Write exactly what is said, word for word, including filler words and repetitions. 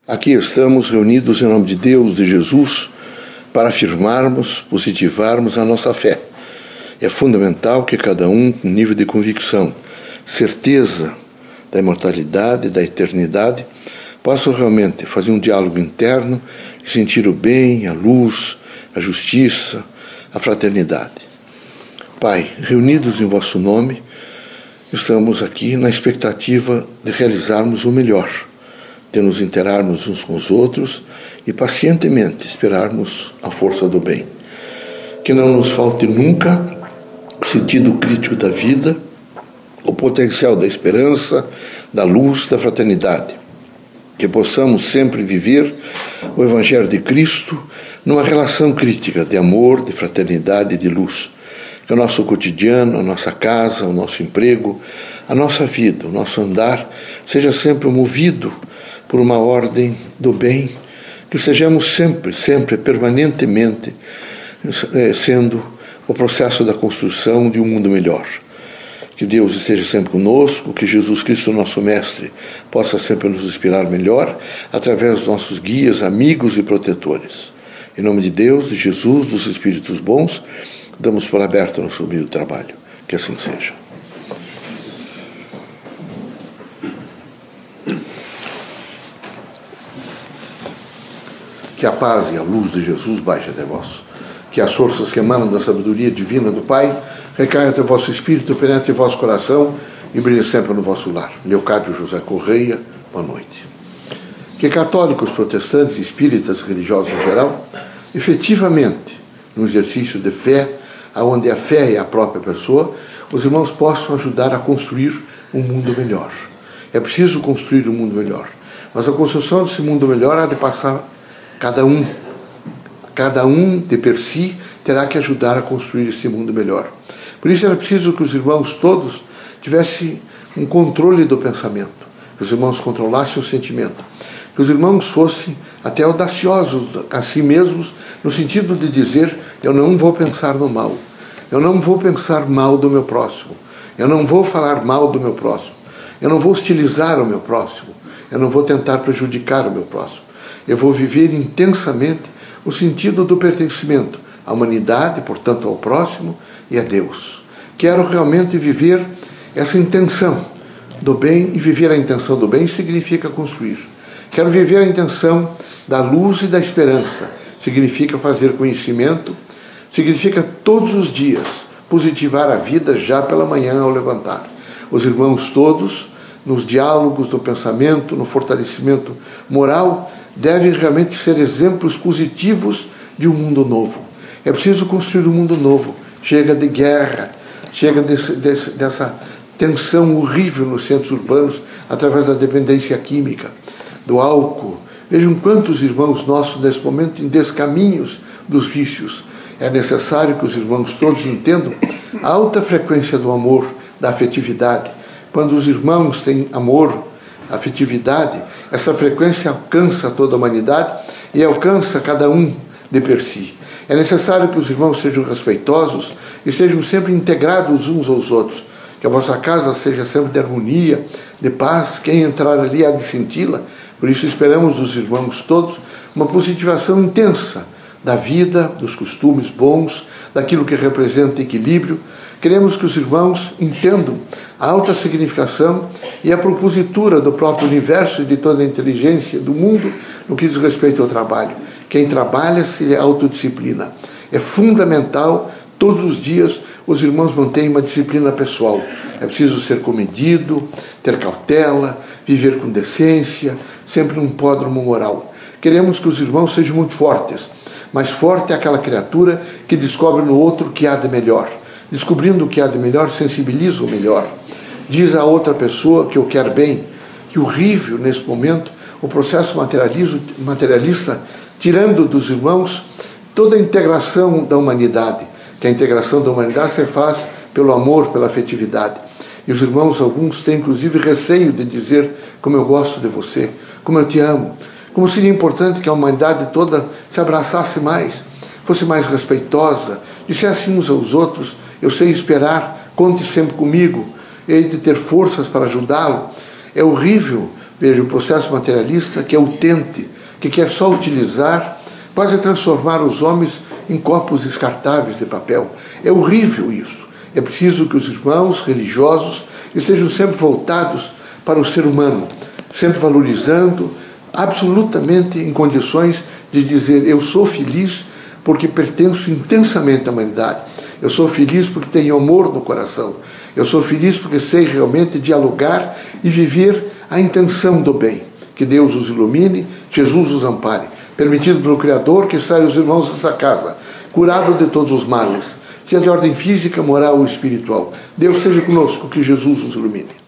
Aqui estamos reunidos em nome de Deus, de Jesus, para afirmarmos, positivarmos a nossa fé. É fundamental que cada um, com nível de convicção, certeza da imortalidade, da eternidade, possa realmente fazer um diálogo interno e sentir o bem, a luz, a justiça, a fraternidade. Pai, reunidos em vosso nome, estamos aqui na expectativa de realizarmos o melhor, de nos interarmos uns com os outros e pacientemente esperarmos a força do bem. Que não nos falte nunca o sentido crítico da vida, o potencial da esperança, da luz, da fraternidade. Que possamos sempre viver o Evangelho de Cristo numa relação crítica de amor, de fraternidade e de luz. Que o nosso cotidiano, a nossa casa, o nosso emprego, a nossa vida, o nosso andar seja sempre movido por uma ordem do bem, que estejamos sempre, sempre, permanentemente sendo o processo da construção de um mundo melhor. Que Deus esteja sempre conosco, que Jesus Cristo, nosso Mestre, possa sempre nos inspirar melhor através dos nossos guias, amigos e protetores. Em nome de Deus, de Jesus, dos Espíritos bons, damos por aberto o nosso humilde trabalho. Que assim seja. Que a paz e a luz de Jesus baixe até vós. Que as forças que emanam da sabedoria divina do Pai recaiam até o vosso espírito, penetre em vosso coração e brilhe sempre no vosso lar. Leocádio José Correia, boa noite. Que católicos, protestantes, espíritas, religiosos em geral, efetivamente, no exercício de fé, onde a fé é a própria pessoa, os irmãos possam ajudar a construir um mundo melhor. É preciso construir um mundo melhor. Mas a construção desse mundo melhor há de passar cada um. Cada um, de per si, terá que ajudar a construir esse mundo melhor. Por isso era preciso que os irmãos todos tivessem um controle do pensamento, que os irmãos controlassem o sentimento, que os irmãos fossem até audaciosos a si mesmos, no sentido de dizer: eu não vou pensar no mal, eu não vou pensar mal do meu próximo, eu não vou falar mal do meu próximo, eu não vou hostilizar o meu próximo, eu não vou tentar prejudicar o meu próximo, eu vou viver intensamente o sentido do pertencimento à humanidade, portanto ao próximo e a Deus. Quero realmente viver essa intenção do bem, e viver a intenção do bem significa construir. Quero viver a intenção da luz e da esperança, significa fazer conhecimento, significa todos os dias positivar a vida já pela manhã ao levantar. Os irmãos todos, nos diálogos do pensamento, no fortalecimento moral, devem realmente ser exemplos positivos de um mundo novo. É preciso construir um mundo novo. Chega de guerra, chega desse, desse, dessa tensão horrível nos centros urbanos através da dependência química, do álcool. Vejam quantos irmãos nossos nesse momento em descaminhos dos vícios. É necessário que os irmãos todos entendam a alta frequência do amor, da afetividade. Quando os irmãos têm amor, afetividade, essa frequência alcança toda a humanidade e alcança cada um de per si. É necessário que os irmãos sejam respeitosos e sejam sempre integrados uns aos outros, que a vossa casa seja sempre de harmonia, de paz. Quem entrar ali há de senti-la. Por isso esperamos dos irmãos todos uma positivação intensa da vida, dos costumes bons, daquilo que representa equilíbrio. Queremos que os irmãos entendam a alta significação e a propositura do próprio universo e de toda a inteligência do mundo no que diz respeito ao trabalho. Quem trabalha se autodisciplina. É fundamental, todos os dias, os irmãos mantenham uma disciplina pessoal. É preciso ser comedido, ter cautela, viver com decência, sempre num pódromo moral. Queremos que os irmãos sejam muito fortes, mas forte é aquela criatura que descobre no outro o que há de melhor. Descobrindo o que há de melhor, sensibiliza o melhor. Diz a outra pessoa que eu quero bem, que horrível nesse momento o processo materialista, tirando dos irmãos toda a integração da humanidade, que a integração da humanidade se faz pelo amor, pela afetividade. E os irmãos, alguns, têm inclusive receio de dizer como eu gosto de você, como eu te amo, como seria importante que a humanidade toda se abraçasse mais, fosse mais respeitosa, dissesse uns aos outros: eu sei esperar, conte sempre comigo, hei de ter forças para ajudá-lo. É horrível Veja, o processo materialista que é utente, que quer só utilizar, quase transformar os homens em copos descartáveis de papel. É horrível isso. É preciso que os irmãos religiosos estejam sempre voltados para o ser humano, sempre valorizando, absolutamente em condições de dizer: eu sou feliz porque pertenço intensamente à humanidade. Eu sou feliz porque tenho amor no coração. Eu sou feliz porque sei realmente dialogar e viver a intenção do bem. Que Deus os ilumine, Jesus os ampare. Permitido pelo Criador que saiam os irmãos dessa casa, curado de todos os males, seja de ordem física, moral ou espiritual. Deus seja conosco, que Jesus os ilumine.